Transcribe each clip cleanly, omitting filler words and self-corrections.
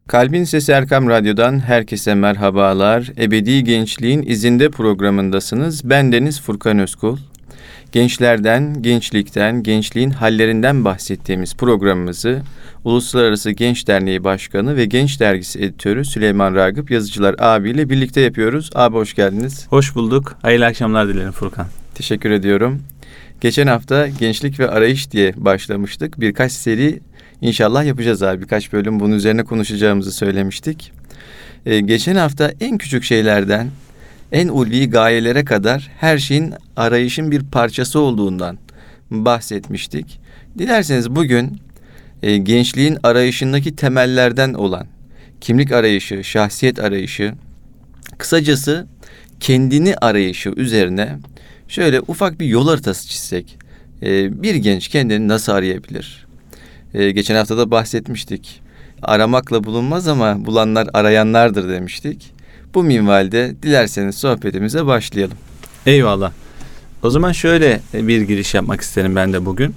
Kalbin Sesi Erkam Radyo'dan herkese merhabalar. Ebedi Gençliğin İzinde programındasınız. Ben Deniz Furkan Özkul. Gençlerden, gençlikten, gençliğin hallerinden bahsettiğimiz programımızı Uluslararası Genç Derneği Başkanı ve Genç Dergisi Editörü Süleyman Ragıp Yazıcılar abiyle birlikte yapıyoruz. Abi hoş geldiniz. Hoş bulduk. Hayırlı akşamlar dilerim Furkan. Teşekkür ediyorum. Geçen hafta Gençlik ve Arayış diye başlamıştık. Birkaç seri İnşallah yapacağız abi. Birkaç bölüm bunun üzerine konuşacağımızı söylemiştik. Geçen hafta en küçük şeylerden en ulvi gayelere kadar her şeyin arayışın bir parçası olduğundan bahsetmiştik. Dilerseniz bugün gençliğin arayışındaki temellerden olan kimlik arayışı, şahsiyet arayışı, kısacası kendini arayışı üzerine şöyle ufak bir yol haritası çizsek. Bir genç kendini nasıl arayabilir? Geçen hafta da bahsetmiştik. Aramakla bulunmaz ama bulanlar arayanlardır demiştik. Bu minvalde dilerseniz sohbetimize başlayalım. Eyvallah. O zaman şöyle bir giriş yapmak isterim ben de bugün.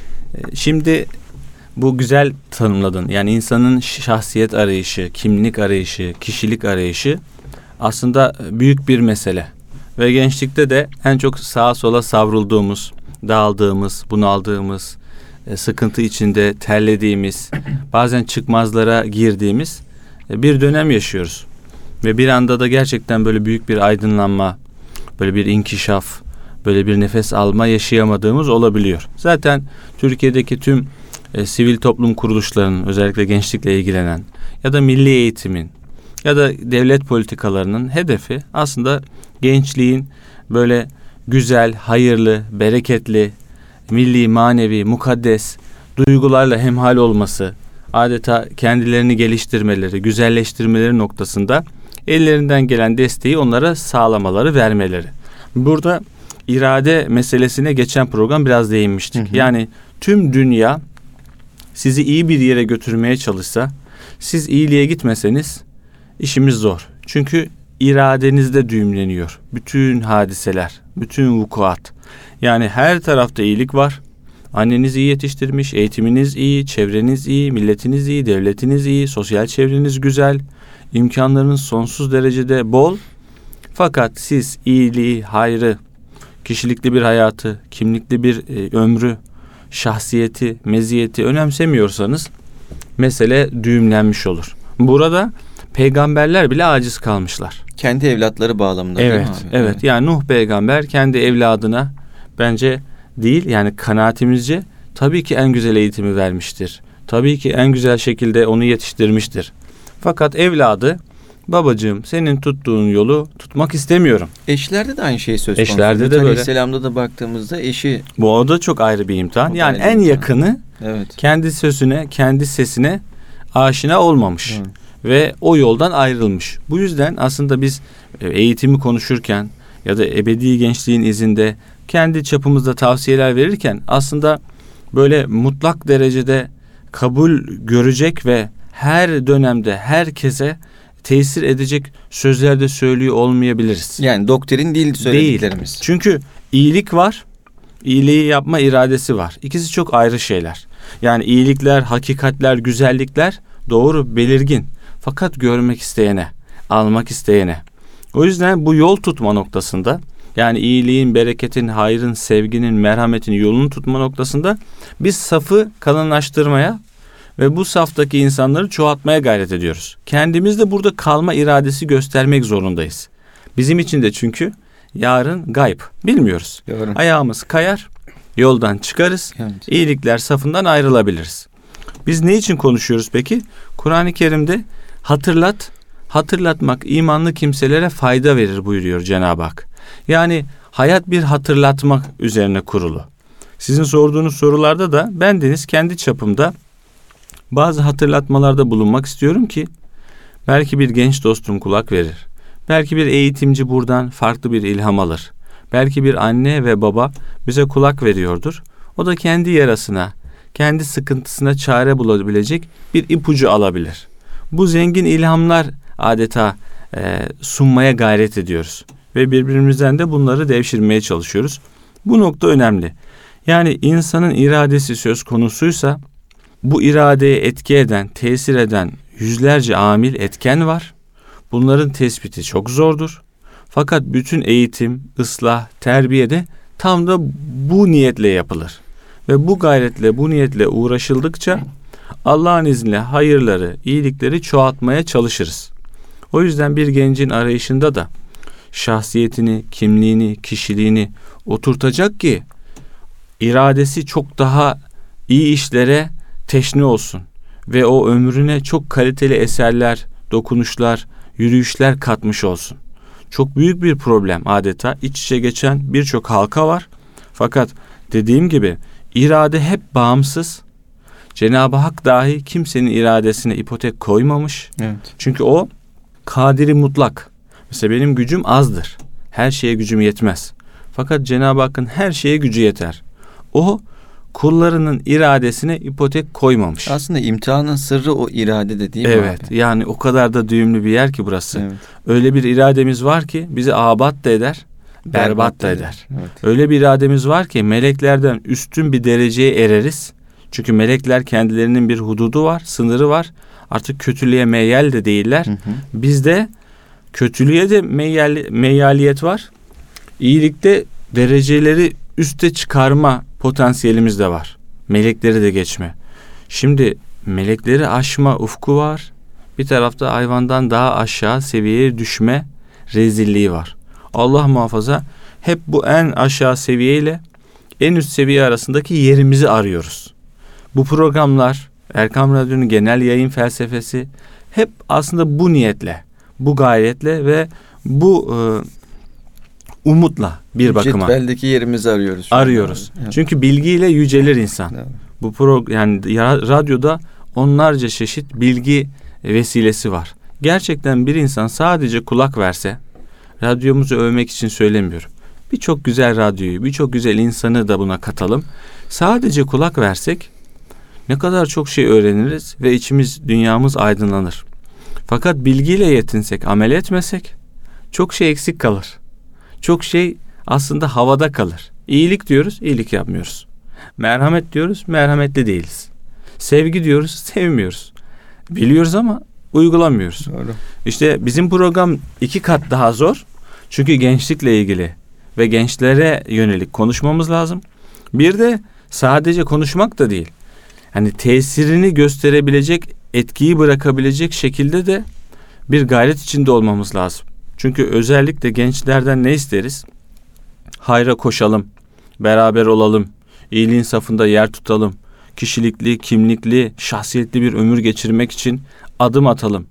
Şimdi bu güzel tanımladın. Yani insanın şahsiyet arayışı, kimlik arayışı, kişilik arayışı aslında büyük bir mesele. Ve gençlikte de en çok sağa sola savrulduğumuz, dağıldığımız, bunaldığımız, sıkıntı içinde terlediğimiz, bazen çıkmazlara girdiğimiz bir dönem yaşıyoruz. Ve bir anda da gerçekten böyle büyük bir aydınlanma, böyle bir inkişaf, böyle bir nefes alma yaşayamadığımız olabiliyor. Zaten Türkiye'deki tüm sivil toplum kuruluşlarının, özellikle gençlikle ilgilenen ya da milli eğitimin ya da devlet politikalarının hedefi aslında gençliğin böyle güzel, hayırlı, bereketli, milli, manevi, mukaddes duygularla hemhal olması, adeta kendilerini geliştirmeleri, güzelleştirmeleri noktasında ellerinden gelen desteği onlara sağlamaları, vermeleri. Burada irade meselesine geçen program biraz değinmiştik. Yani tüm dünya sizi iyi bir yere götürmeye çalışsa, siz iyiliğe gitmeseniz işimiz zor. Çünkü iradenizde düğümleniyor bütün hadiseler, bütün vukuat. Yani her tarafta iyilik var. Anneniz iyi yetiştirmiş, eğitiminiz iyi, çevreniz iyi, milletiniz iyi, devletiniz iyi, sosyal çevreniz güzel, imkanlarınız sonsuz derecede bol. Fakat siz iyiliği, hayrı, kişilikli bir hayatı, kimlikli bir ömrü, şahsiyeti, meziyeti önemsemiyorsanız mesele düğümlenmiş olur. Burada peygamberler bile aciz kalmışlar. Kendi evlatları bağlamında değil mi abi? Evet. Yani Nuh peygamber kendi evladına bence değil, yani kanaatimizce tabii ki en güzel eğitimi vermiştir. Tabii ki en güzel şekilde onu yetiştirmiştir. Fakat evladı, babacığım senin tuttuğun yolu tutmak istemiyorum. Eşlerde de aynı şey söz konusu. Eşlerde de böyle. Aleyhisselam'da da baktığımızda eşi. Bu o da çok ayrı bir imtihan. Yani en yakını kendi sözüne, kendi sesine aşina olmamış. Evet. Ve o yoldan ayrılmış. Bu yüzden aslında biz eğitimi konuşurken ya da ebedi gençliğin izinde kendi çapımızda tavsiyeler verirken aslında böyle mutlak derecede kabul görecek ve her dönemde herkese tesir edecek sözler de söylüyor olmayabiliriz. Yani doktrin değil söylediklerimiz. Değil. Çünkü iyilik var, iyiliği yapma iradesi var. İkisi çok ayrı şeyler. Yani iyilikler, hakikatler, güzellikler doğru, belirgin. Fakat görmek isteyene, almak isteyene. O yüzden bu yol tutma noktasında, yani iyiliğin, bereketin, hayrın, sevginin, merhametin yolunu tutma noktasında biz safı kalınlaştırmaya ve bu saftaki insanları çoğaltmaya gayret ediyoruz. Kendimiz de burada kalma iradesi göstermek zorundayız. Bizim için de çünkü yarın gayb, bilmiyoruz. Doğru. Ayağımız kayar, yoldan çıkarız, evet. İyilikler safından ayrılabiliriz. Biz ne için konuşuyoruz peki? Kur'an-ı Kerim'de hatırlatmak imanlı kimselere fayda verir buyuruyor Cenab-ı Hak. Yani hayat bir hatırlatmak üzerine kurulu. Sizin sorduğunuz sorularda da bendeniz kendi çapımda bazı hatırlatmalarda bulunmak istiyorum ki belki bir genç dostum kulak verir. Belki bir eğitimci buradan farklı bir ilham alır. Belki bir anne ve baba bize kulak veriyordur. O da kendi yarasına, kendi sıkıntısına çare bulabilecek bir ipucu alabilir. Bu zengin ilhamlar adeta sunmaya gayret ediyoruz. Ve birbirimizden de bunları devşirmeye çalışıyoruz. Bu nokta önemli. Yani insanın iradesi söz konusuysa bu iradeye etki eden, tesir eden, yüzlerce amil etken var. Bunların tespiti çok zordur. Fakat bütün eğitim, ıslah, terbiye de tam da bu niyetle yapılır. Ve bu gayretle, bu niyetle uğraşıldıkça Allah'ın izniyle hayırları, iyilikleri çoğaltmaya çalışırız. O yüzden bir gencin arayışında da şahsiyetini, kimliğini, kişiliğini oturtacak ki iradesi çok daha iyi işlere teşne olsun ve o ömrüne çok kaliteli eserler, dokunuşlar, yürüyüşler katmış olsun. Çok büyük bir problem adeta. İç içe geçen birçok halka var. Fakat dediğim gibi irade hep bağımsız. Cenab-ı Hak dahi kimsenin iradesine ipotek koymamış. Evet. Çünkü o kadiri mutlak. Mesela benim gücüm azdır. Her şeye gücüm yetmez. Fakat Cenab-ı Hakk'ın her şeye gücü yeter. O kullarının iradesine ipotek koymamış. Aslında imtihanın sırrı o iradede değil mi? Evet. Abi? Yani o kadar da düğümlü bir yer ki burası. Evet. Öyle bir irademiz var ki bizi abat da eder, berbat da eder. Evet. Öyle bir irademiz var ki meleklerden üstün bir dereceye ereriz. Çünkü melekler kendilerinin bir hududu var, sınırı var. Artık kötülüğe meyyal de değiller. Hı hı. Bizde kötülüğe de meyyaliyet var. İyilikte dereceleri üste çıkarma potansiyelimiz de var. Melekleri de geçme. Şimdi melekleri aşma ufku var. Bir tarafta hayvandan daha aşağı seviyeye düşme rezilliği var. Allah muhafaza hep bu en aşağı seviyeyle en üst seviye arasındaki yerimizi arıyoruz. Bu programlar, Erkam Radyo'nun genel yayın felsefesi hep aslında bu niyetle, bu gayretle ve bu umutla bir bakıma. Cetveldeki yerimizi arıyoruz. Arıyoruz. Evet. Çünkü bilgiyle yücelir insan. Evet. Bu yani radyoda onlarca çeşit bilgi vesilesi var. Gerçekten bir insan sadece kulak verse, radyomuzu övmek için söylemiyorum. Birçok güzel radyoyu, birçok güzel insanı da buna katalım. Sadece kulak versek ne kadar çok şey öğreniriz ve içimiz, dünyamız aydınlanır. Fakat bilgiyle yetinsek, amel etmesek çok şey eksik kalır. Çok şey aslında havada kalır. İyilik diyoruz, iyilik yapmıyoruz. Merhamet diyoruz, merhametli değiliz. Sevgi diyoruz, sevmiyoruz. Biliyoruz ama uygulamıyoruz. Doğru. İşte bizim program 2 kat daha zor. Çünkü gençlikle ilgili ve gençlere yönelik konuşmamız lazım. Bir de sadece konuşmak da değil. Hani tesirini gösterebilecek, etkiyi bırakabilecek şekilde de bir gayret içinde olmamız lazım. Çünkü özellikle gençlerden ne isteriz? Hayra koşalım, beraber olalım, iyiliğin safında yer tutalım, kişilikli, kimlikli, şahsiyetli bir ömür geçirmek için adım atalım.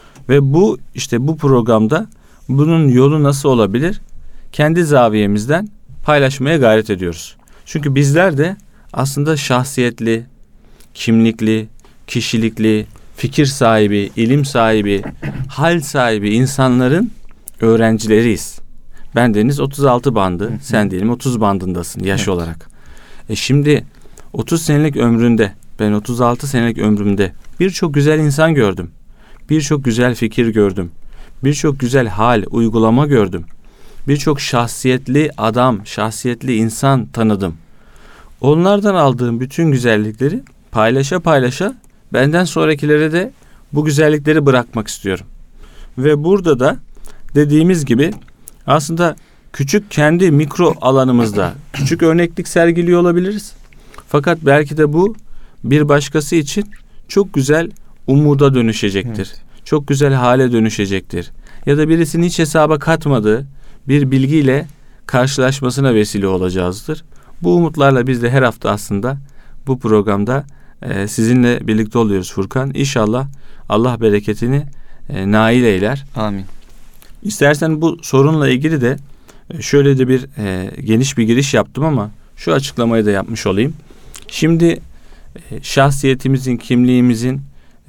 Ve bu işte bu programda bunun yolu nasıl olabilir? Kendi zaviyemizden paylaşmaya gayret ediyoruz. Çünkü bizler de aslında şahsiyetli, kimlikli, kişilikli, fikir sahibi, ilim sahibi, hal sahibi insanların öğrencileriyiz. Ben Deniz 36 bandı, sen diyelim 30 bandındasın yaş Evet. olarak. Şimdi 30 senelik ömründe, ben 36 senelik ömrümde birçok güzel insan gördüm. Birçok güzel fikir gördüm. Birçok güzel hal, uygulama gördüm. Birçok şahsiyetli adam, şahsiyetli insan tanıdım. Onlardan aldığım bütün güzellikleri paylaşa paylaşa benden sonrakilere de bu güzellikleri bırakmak istiyorum. Ve burada da dediğimiz gibi aslında küçük kendi mikro alanımızda küçük örneklik sergiliyor olabiliriz. Fakat belki de bu bir başkası için çok güzel umuda dönüşecektir. Evet. Çok güzel hale dönüşecektir. Ya da birisinin hiç hesaba katmadığı bir bilgiyle karşılaşmasına vesile olacağızdır. Bu umutlarla biz de her hafta aslında bu programda sizinle birlikte oluyoruz Furkan. İnşallah Allah bereketini nail eyler. Amin. İstersen bu sorunla ilgili de şöyle de bir geniş bir giriş yaptım ama şu açıklamayı da yapmış olayım. Şimdi şahsiyetimizin, kimliğimizin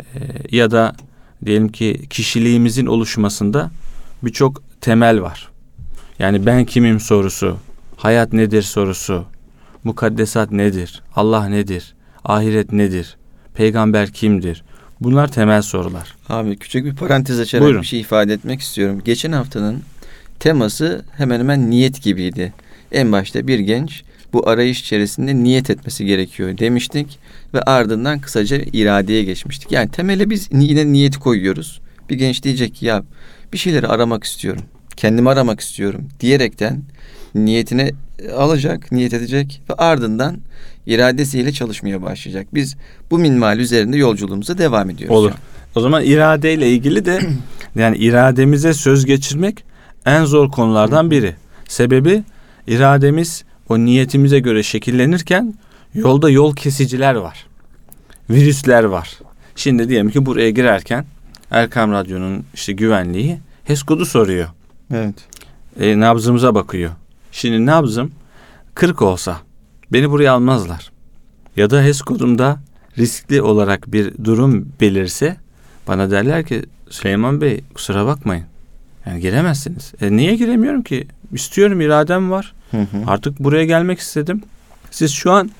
ya da diyelim ki kişiliğimizin oluşmasında birçok temel var. Yani ben kimim sorusu, hayat nedir sorusu, mukaddesat nedir, Allah nedir, ahiret nedir, peygamber kimdir? Bunlar temel sorular. Abi küçük bir parantez açarak Buyurun. bir şey ifade etmek istiyorum. Geçen haftanın teması hemen hemen niyet gibiydi. En başta bir genç bu arayış içerisinde niyet etmesi gerekiyor demiştik ve ardından kısaca iradeye geçmiştik. Yani temele biz yine niyeti koyuyoruz. Bir genç diyecek ki ya bir şeyleri aramak istiyorum, kendimi aramak istiyorum diyerekten niyetine alacak, niyet edecek ve ardından iradesiyle çalışmaya başlayacak. Biz bu minval üzerinde yolculuğumuza devam ediyoruz. Olur. O zaman iradeyle ilgili de yani irademize söz geçirmek en zor konulardan biri. Sebebi irademiz o niyetimize göre şekillenirken yolda yol kesiciler var. Virüsler var. Şimdi diyelim ki buraya girerken Erkam Radyo'nun işte güvenliği HES kodu soruyor. Evet. Nabzımıza bakıyor. Şimdi nabzım 40 olsa beni buraya almazlar. Ya da HES kodumda riskli olarak bir durum belirse bana derler ki Süleyman Bey kusura bakmayın. Yani giremezsiniz. Niye giremiyorum ki? İstiyorum, iradem var. Artık buraya gelmek istedim. Siz şu an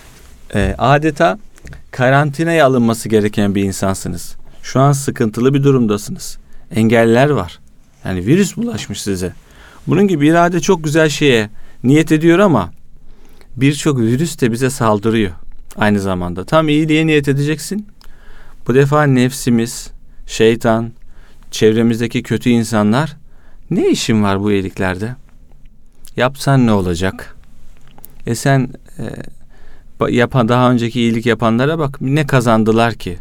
adeta karantinaya alınması gereken bir insansınız. Şu an sıkıntılı bir durumdasınız. Engeller var. Yani virüs bulaşmış size. Bunun gibi irade çok güzel şeye niyet ediyor ama birçok virüs de bize saldırıyor. Aynı zamanda tam iyiliğe niyet edeceksin. Bu defa nefsimiz, şeytan, çevremizdeki kötü insanlar ne işin var bu iyiliklerde? Yapsan ne olacak? Sen daha önceki iyilik yapanlara bak ne kazandılar ki?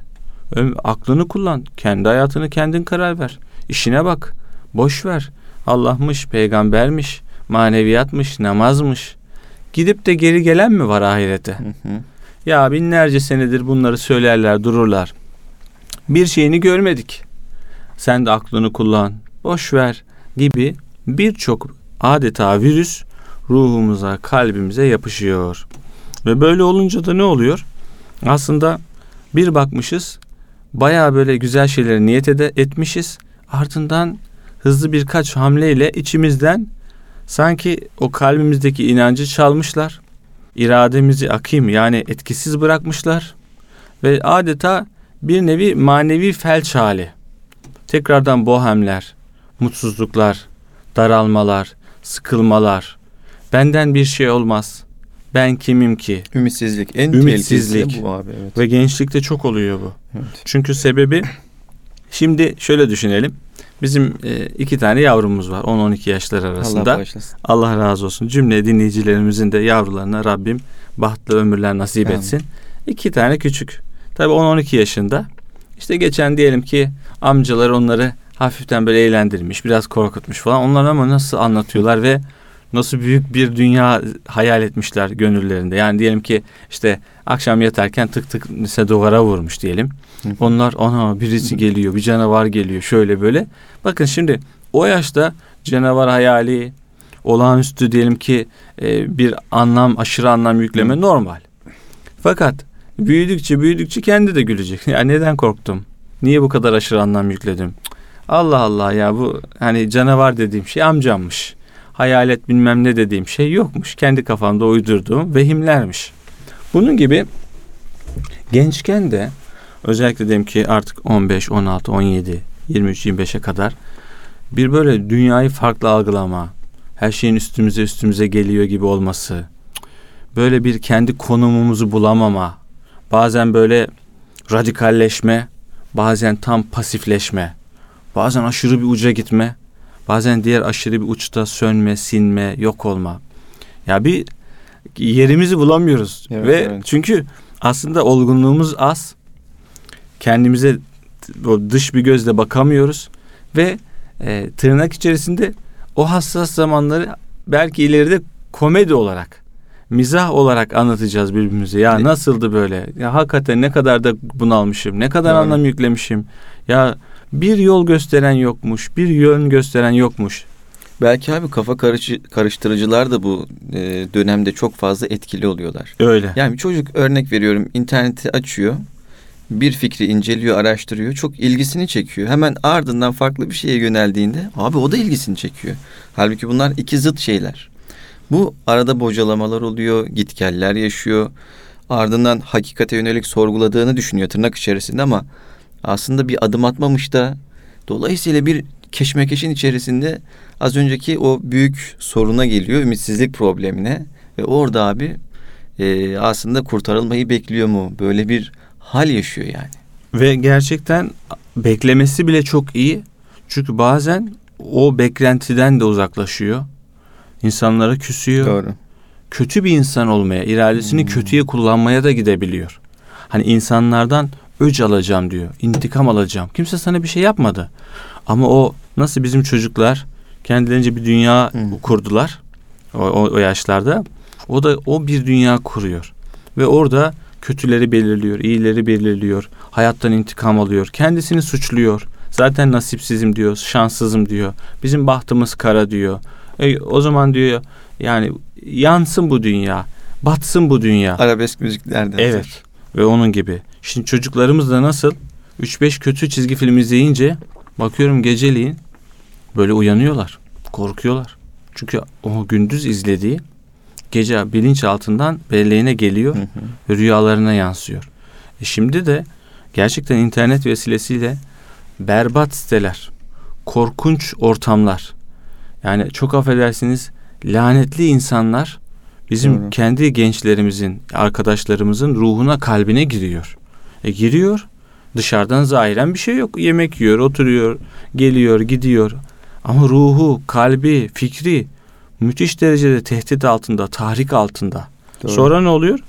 Aklını kullan, kendi hayatını kendin karar ver. İşine bak, boş ver. Allah'mış, peygambermiş, maneviyatmış, namazmış. Gidip de geri gelen mi var ahirete? Ya binlerce senedir bunları söylerler, dururlar. Bir şeyini görmedik. Sen de aklını kullan, boş ver gibi birçok adeta virüs ruhumuza, kalbimize yapışıyor. Ve böyle olunca da ne oluyor? Aslında bir bakmışız, bayağı böyle güzel şeyleri niyet etmişiz. Ardından hızlı birkaç hamleyle içimizden sanki o kalbimizdeki inancı çalmışlar. İrademizi akayım yani etkisiz bırakmışlar. Ve adeta bir nevi manevi felç hali. Tekrardan bohemler, mutsuzluklar, daralmalar, sıkılmalar. Benden bir şey olmaz. Ben kimim ki? Ümitsizlik. Ümitsizlik. Bu abi. Evet. Ve gençlikte çok oluyor bu. Evet. Çünkü sebebi şimdi şöyle düşünelim. Bizim 2 tane yavrumuz var 10-12 yaşlar arasında. Allah bağışlasın. Allah razı olsun. Cümle dinleyicilerimizin de yavrularına Rabbim bahtlı ömürler nasip etsin. 2 tane küçük. Tabii 10-12 yaşında. İşte geçen diyelim ki amcalar onları hafiften böyle eğlendirmiş, biraz korkutmuş falan. Onlar ama nasıl anlatıyorlar ve nasıl büyük bir dünya hayal etmişler gönüllerinde. Yani diyelim ki işte akşam yatarken tık tık mesela duvara vurmuş diyelim. Onlar ana birisi geliyor, bir canavar geliyor şöyle böyle. Bakın şimdi o yaşta canavar hayali, olağanüstü diyelim ki bir anlam, aşırı anlam yükleme normal. Fakat büyüdükçe kendi de gülecek. Ya neden korktum? Niye bu kadar aşırı anlam yükledim? Allah Allah ya bu hani canavar dediğim şey amcammış. Hayalet bilmem ne dediğim şey yokmuş. Kendi kafamda uydurduğum vehimlermiş. Bunun gibi gençken de özellikle diyelim ki artık 15, 16, 17, 23, 25'e kadar bir böyle dünyayı farklı algılama, her şeyin üstümüze geliyor gibi olması, böyle bir kendi konumumuzu bulamama, bazen böyle radikalleşme, bazen tam pasifleşme, bazen aşırı bir uca gitme, bazen diğer aşırı bir uçta sönme, sinme, yok olma. Ya bir yerimizi bulamıyoruz. Evet, ve evet. Çünkü aslında olgunluğumuz az. Kendimize o dış bir gözle bakamıyoruz ve tırnak içerisinde o hassas zamanları belki ileride komedi olarak, mizah olarak anlatacağız birbirimize. Ya nasıldı böyle? Ya hakikaten ne kadar da bunalmışım, ne kadar anlam yüklemişim. Ya bir yol gösteren yokmuş, bir yön gösteren yokmuş. Belki abi kafa karıştırıcılar da bu dönemde çok fazla etkili oluyorlar. Öyle. Yani bir çocuk örnek veriyorum interneti açıyor. Bir fikri inceliyor, araştırıyor. Çok ilgisini çekiyor. Hemen ardından farklı bir şeye yöneldiğinde abi o da ilgisini çekiyor. Halbuki bunlar iki zıt şeyler. Bu arada bocalamalar oluyor, gitgeller yaşıyor. Ardından hakikate yönelik sorguladığını düşünüyor tırnak içerisinde ama aslında bir adım atmamış da dolayısıyla bir keşmekeşin içerisinde az önceki o büyük soruna geliyor, ümitsizlik problemine ve orada abi aslında kurtarılmayı bekliyor mu? Böyle bir hal yaşıyor yani. Ve gerçekten beklemesi bile çok iyi. Çünkü bazen o beklentiden de uzaklaşıyor. İnsanlara küsüyor. Doğru. Kötü bir insan olmaya, iradesini kötüye kullanmaya da gidebiliyor. Hani insanlardan öc alacağım diyor. İntikam alacağım. Kimse sana bir şey yapmadı. Ama o nasıl bizim çocuklar kendilerince bir dünya kurdular. O yaşlarda. O da o bir dünya kuruyor. Ve orada kötüleri belirliyor, iyileri belirliyor. Hayattan intikam alıyor. Kendisini suçluyor. Zaten nasipsizim diyor, şanssızım diyor. Bizim bahtımız kara diyor. O zaman diyor yani yansın bu dünya, batsın bu dünya. Arabesk müziklerden. Evet. Ve onun gibi. Şimdi çocuklarımız da nasıl 3-5 kötü çizgi film izleyince bakıyorum geceliğin böyle uyanıyorlar. Korkuyorlar. Çünkü o gündüz izlediği gece bilinçaltından belleğine geliyor ve rüyalarına yansıyor. Şimdi de gerçekten internet vesilesiyle berbat siteler, korkunç ortamlar, yani çok affedersiniz lanetli insanlar bizim kendi gençlerimizin, arkadaşlarımızın ruhuna, kalbine giriyor. Giriyor. Dışarıdan zahiren bir şey yok. Yemek yiyor, oturuyor, geliyor, gidiyor. Ama ruhu, kalbi, fikri müthiş derecede tehdit altında, tahrik altında. Doğru. Sonra ne oluyor?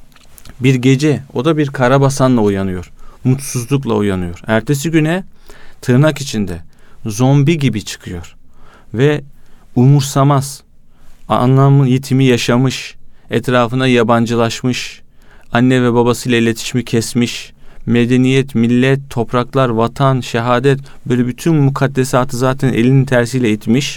Bir gece, o da bir karabasanla uyanıyor. Mutsuzlukla uyanıyor. Ertesi güne tırnak içinde zombi gibi çıkıyor. Ve umursamaz. Anlamı yitimi yaşamış. Etrafına yabancılaşmış. Anne ve babasıyla iletişimi kesmiş. Medeniyet, millet, topraklar, vatan, şehadet, böyle bütün mukaddesatı zaten elinin tersiyle itmiş.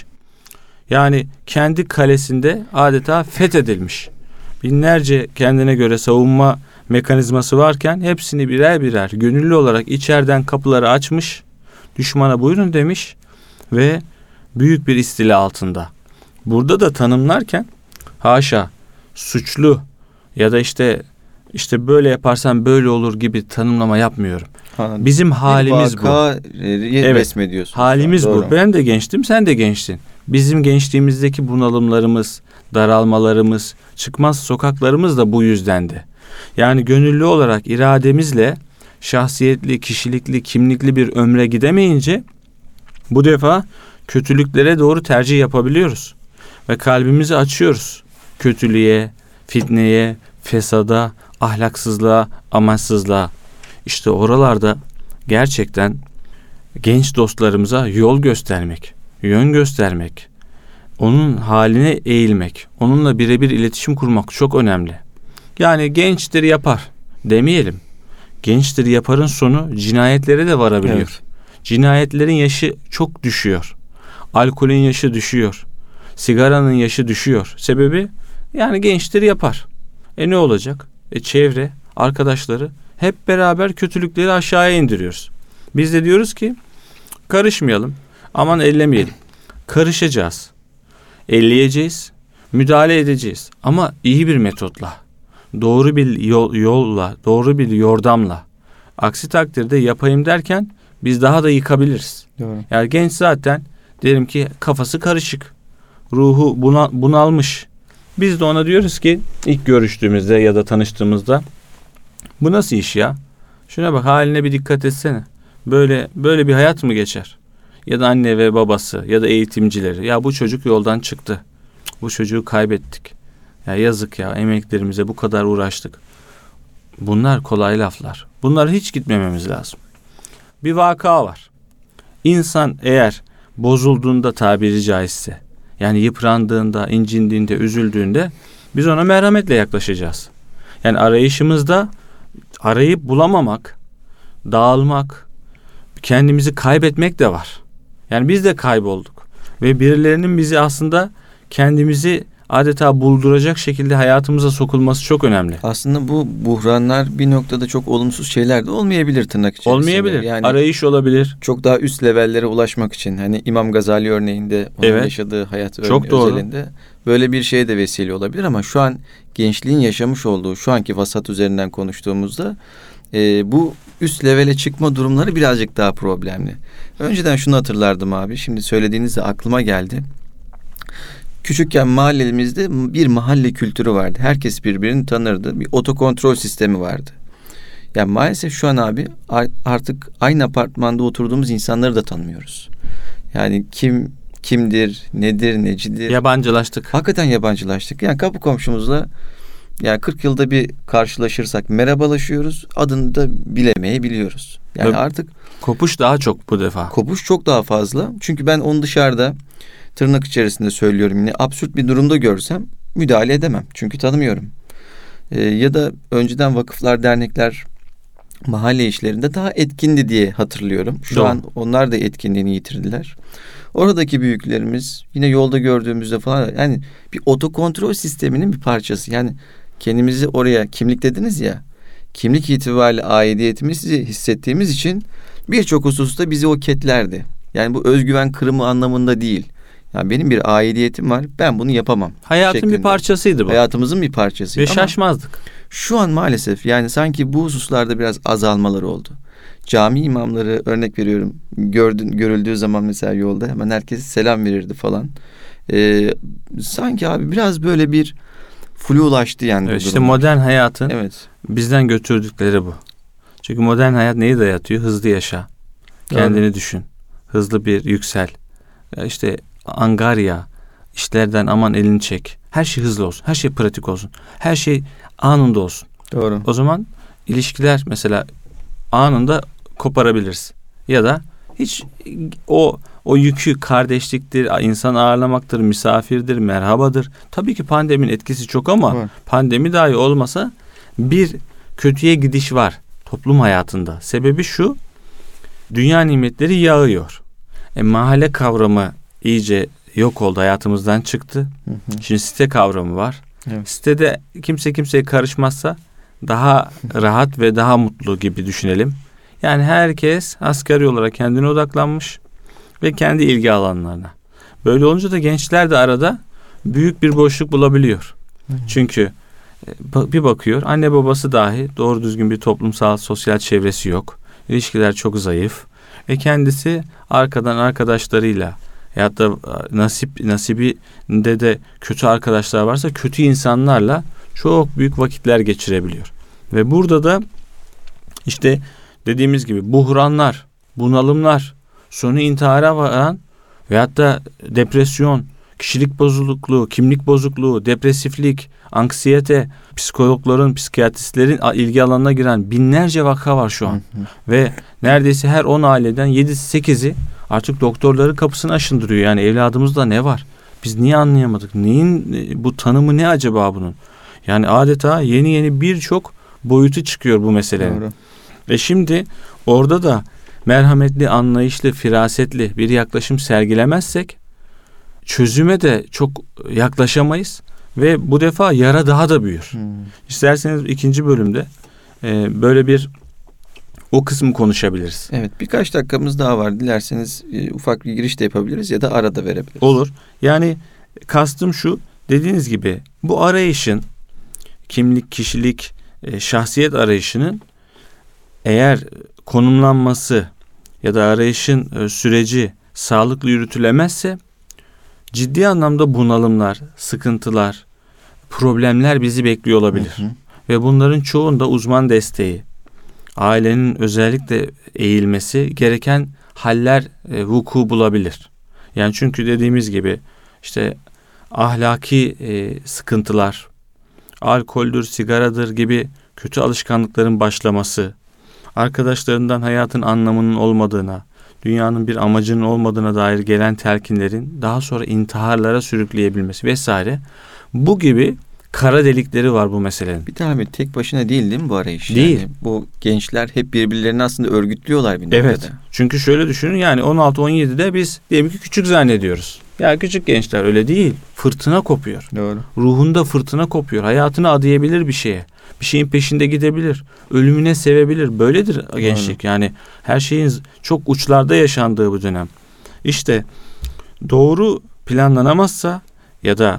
Yani kendi kalesinde adeta fethedilmiş. Binlerce kendine göre savunma mekanizması varken hepsini birer birer gönüllü olarak içeriden kapıları açmış. Düşmana buyurun demiş ve büyük bir istila altında. Burada da tanımlarken haşa suçlu ya da işte böyle yaparsan böyle olur gibi tanımlama yapmıyorum. Anladım. Bizim halimiz bu. Evet. Halimiz bu. Ben de gençtim, sen de gençtin. Bizim gençliğimizdeki bunalımlarımız, daralmalarımız, çıkmaz sokaklarımız da bu yüzdendi. Yani gönüllü olarak irademizle şahsiyetli, kişilikli, kimlikli bir ömre gidemeyince bu defa kötülüklere doğru tercih yapabiliyoruz. Ve kalbimizi açıyoruz. Kötülüğe, fitneye, fesada, ahlaksızlığa, amaçsızlığa. İşte oralarda gerçekten genç dostlarımıza yol göstermek, yön göstermek, onun haline eğilmek, onunla birebir iletişim kurmak çok önemli. Yani gençtir yapar demeyelim. Gençtir yaparın sonu cinayetlere de varabiliyor. Evet. Cinayetlerin yaşı çok düşüyor. Alkolün yaşı düşüyor. Sigaranın yaşı düşüyor. Sebebi yani gençtir yapar. Ne olacak? Çevre, arkadaşları hep beraber kötülükleri aşağıya indiriyoruz. Biz de diyoruz ki karışmayalım. Aman ellemeyelim. Karışacağız. Elleyeceğiz. Müdahale edeceğiz. Ama iyi bir metotla. Doğru bir yolla, doğru bir yordamla. Aksi takdirde yapayım derken biz daha da yıkabiliriz. Doğru. Yani genç zaten diyelim ki kafası karışık. Ruhu bunalmış. Biz de ona diyoruz ki ilk görüştüğümüzde ya da tanıştığımızda bu nasıl iş ya? Şuna bak, haline bir dikkat etsene. Böyle bir hayat mı geçer? Ya da anne ve babası ya da eğitimcileri. Ya bu çocuk yoldan çıktı. Bu çocuğu kaybettik. Ya yazık ya, emeklerimize bu kadar uğraştık. Bunlar kolay laflar. Bunlara hiç gitmememiz lazım. Bir vaka var. İnsan eğer bozulduğunda, tabiri caizse, yani yıprandığında, incindiğinde, üzüldüğünde biz ona merhametle yaklaşacağız. Yani arayışımızda arayıp bulamamak, dağılmak, kendimizi kaybetmek de var. Yani biz de kaybolduk. Ve birilerinin bizi aslında kendimizi adeta bulduracak şekilde hayatımıza sokulması çok önemli. Aslında bu buhranlar bir noktada çok olumsuz şeyler de olmayabilir tırnak içerisinde. Olmayabilir. Yani arayış olabilir. Çok daha üst levellere ulaşmak için. Hani İmam Gazali örneğinde onun yaşadığı hayat özelinde böyle bir şeye de vesile olabilir ama şu an gençliğin yaşamış olduğu şu anki vasat üzerinden konuştuğumuzda bu üst levele çıkma durumları birazcık daha problemli. Önceden şunu hatırlardım abi. Şimdi söylediğinizde aklıma geldi. Küçükken mahallemizde bir mahalle kültürü vardı. Herkes birbirini tanırdı. Bir otokontrol sistemi vardı. Yani maalesef şu an abi artık aynı apartmanda oturduğumuz insanları da tanımıyoruz. Yani kim kimdir, nedir, necidir. Yabancılaştık. Hakikaten yabancılaştık. Yani kapı komşumuzla yani 40 yılda bir karşılaşırsak merhabalaşıyoruz. Adını da bilemeyebiliyoruz. Yani Tabii. artık Kopuş daha çok bu defa. kopuş çok daha fazla. Çünkü ben onu dışarıda tırnak içerisinde söylüyorum yine absürt bir durumda görsem müdahale edemem. Çünkü tanımıyorum. Ya da önceden vakıflar, dernekler mahalle işlerinde daha etkindi diye hatırlıyorum. Şu Doğru. an onlar da etkinliğini yitirdiler. Oradaki büyüklerimiz yine yolda gördüğümüzde falan yani bir otokontrol sisteminin bir parçası. Yani kendimizi oraya kimlik dediniz ya. Kimlik itibariyle aidiyetimizi hissettiğimiz için birçok hususta bizi o ketlerdi. Yani bu özgüven kırımı anlamında değil. Yani benim bir aidiyetim var. Ben bunu yapamam. Hayatın şeklinde. bir parçasıydı bu. Hayatımızın bir parçasıydı. Ve şaşmazdık. Şu an maalesef yani sanki bu hususlarda biraz azalmalar oldu. Cami imamları örnek veriyorum görüldüğü zaman mesela yolda hemen herkes selam verirdi falan. Sanki abi biraz böyle bir flulaştı yani. Evet, bu işte durumlar. modern hayatın Evet. bizden götürdükleri bu. Çünkü modern hayat neyi dayatıyor? Hızlı yaşa. Kendini düşün. Hızlı bir yüksel. İşte angarya, işlerden aman elini çek. Her şey hızlı olsun. Her şey pratik olsun. Her şey anında olsun. Doğru. O zaman ilişkiler mesela anında koparabiliriz. Ya da hiç o yükü kardeşliktir, insan ağırlamaktır, misafirdir, merhabadır. Tabii ki pandeminin etkisi çok ama Var. pandemi dahi olmasa bir kötüye gidiş var toplum hayatında. Sebebi şu: dünya nimetleri yağıyor. Mahalle kavramı iyice yok oldu, hayatımızdan çıktı. Şimdi site kavramı var. Evet. Sitede kimse kimseye karışmazsa daha rahat ve daha mutlu gibi düşünelim. Yani herkes asgari olarak kendine odaklanmış ve kendi ilgi alanlarına. Böyle olunca da gençler de arada büyük bir boşluk bulabiliyor. Çünkü bir bakıyor, anne babası dahi doğru düzgün bir toplumsal sosyal çevresi yok. İlişkiler çok zayıf ve kendisi arkadan arkadaşlarıyla ya da nasibinde de kötü arkadaşlar varsa kötü insanlarla çok büyük vakitler geçirebiliyor. Ve burada da işte dediğimiz gibi buhranlar, bunalımlar, sonu intihara varan veyahut da depresyon, kişilik bozukluğu, kimlik bozukluğu, depresiflik, anksiyete, psikologların, psikiyatristlerin ilgi alanına giren binlerce vaka var şu an. Ve neredeyse her 10 aileden 7'si 8'i artık doktorların kapısını aşındırıyor. Yani evladımızda ne var? Biz niye anlayamadık? Neyin bu tanımı ne acaba bunun? Yani adeta yeni birçok boyutu çıkıyor bu meselenin. Doğru. Ve şimdi orada da merhametli, anlayışlı, firasetli bir yaklaşım sergilemezsek çözüme de çok yaklaşamayız ve bu defa yara daha da büyür. İsterseniz ikinci bölümde böyle bir o kısmı konuşabiliriz. Evet, birkaç dakikamız daha var. Dilerseniz ufak bir giriş de yapabiliriz ya da arada verebiliriz. Olur. Yani kastım şu, dediğiniz gibi bu arayışın kimlik, kişilik, şahsiyet arayışının eğer konumlanması ya da arayışın süreci sağlıklı yürütülemezse ciddi anlamda bunalımlar, sıkıntılar, problemler bizi bekliyor olabilir. Ve bunların çoğunda uzman desteği, ailenin özellikle eğilmesi gereken haller vuku bulabilir. Yani çünkü dediğimiz gibi işte ahlaki sıkıntılar, alkoldür, sigaradır gibi kötü alışkanlıkların başlaması, arkadaşlarından hayatın anlamının olmadığına, dünyanın bir amacının olmadığına dair gelen telkinlerin daha sonra intiharlara sürükleyebilmesi vesaire. Bu gibi kara delikleri var bu meselenin. Bir tane tek başına değil mi bu arayış? Değil. Yani bu gençler hep birbirlerini aslında örgütlüyorlar bir noktada. Evet. Çünkü şöyle düşünün, yani 16-17'de biz diyelim ki küçük zannediyoruz. Ya küçük gençler öyle değil. Fırtına kopuyor. Doğru. Ruhunda fırtına kopuyor. Hayatını adayabilir bir şeye. Bir şeyin peşinde gidebilir. Ölümüne sevebilir. Böyledir gençlik. Yani her şeyin çok uçlarda yaşandığı bu dönem. İşte doğru planlanamazsa ya da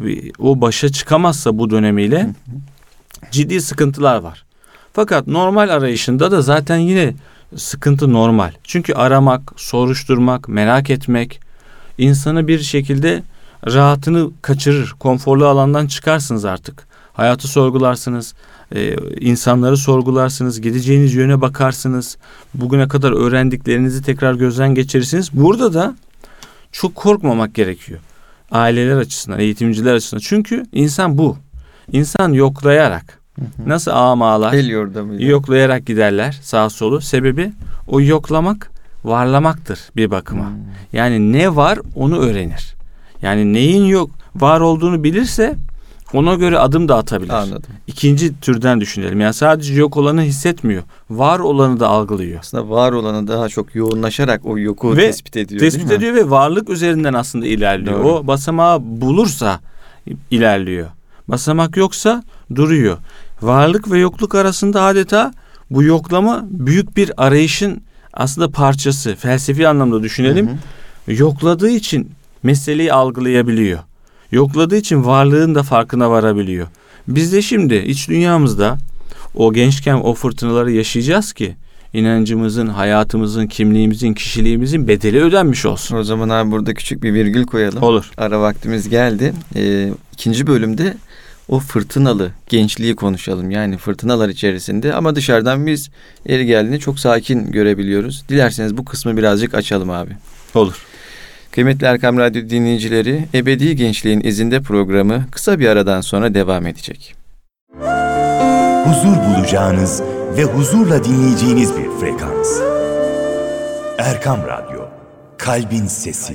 o başa çıkamazsa bu dönemiyle ciddi sıkıntılar var. Fakat normal arayışında da zaten yine sıkıntı normal. Çünkü aramak, soruşturmak, merak etmek insanı bir şekilde rahatını kaçırır. Konforlu alandan çıkarsınız artık. Hayatı sorgularsınız. İnsanları sorgularsınız. Gideceğiniz yöne bakarsınız. Bugüne kadar öğrendiklerinizi tekrar gözden geçirirsiniz. Burada da çok korkmamak gerekiyor. Aileler açısından, eğitimciler açısından. Çünkü insan bu. İnsan yoklayarak, nasıl ağlar, El yordamıyla yoklayarak giderler sağa solu. Sebebi o yoklamak, varlamaktır bir bakıma. Yani ne var onu öğrenir. Yani neyin yok var olduğunu bilirse ona göre adım da atabilir. Anladım. İkinci türden düşünelim. Yani sadece yok olanı hissetmiyor. Var olanı da algılıyor. Aslında var olanı daha çok yoğunlaşarak o yoku Ve tespit ediyor. Tespit ediyor ve varlık üzerinden aslında ilerliyor. Doğru. O basamağı bulursa ilerliyor. Basamak yoksa duruyor. Varlık ve yokluk arasında adeta bu yoklama büyük bir arayışın aslında parçası. Felsefi anlamda düşünelim. Yokladığı için meseleyi algılayabiliyor. Yokladığı için varlığın da farkına varabiliyor. Biz de şimdi iç dünyamızda o gençken o fırtınaları yaşayacağız ki inancımızın, hayatımızın, kimliğimizin, kişiliğimizin bedeli ödenmiş olsun. O zaman abi burada küçük bir virgül koyalım. Olur. Ara vaktimiz geldi. İkinci bölümde o fırtınalı gençliği konuşalım. Yani fırtınalar içerisinde ama dışarıdan biz eri geldiğini çok sakin görebiliyoruz. Dilerseniz bu kısmı birazcık açalım abi. Olur. Kıymetli Erkam Radyo dinleyicileri, Ebedi Gençliğin İzinde programı kısa bir aradan sonra devam edecek. Huzur bulacağınız ve huzurla dinleyeceğiniz bir frekans. Erkam Radyo, Kalbin Sesi.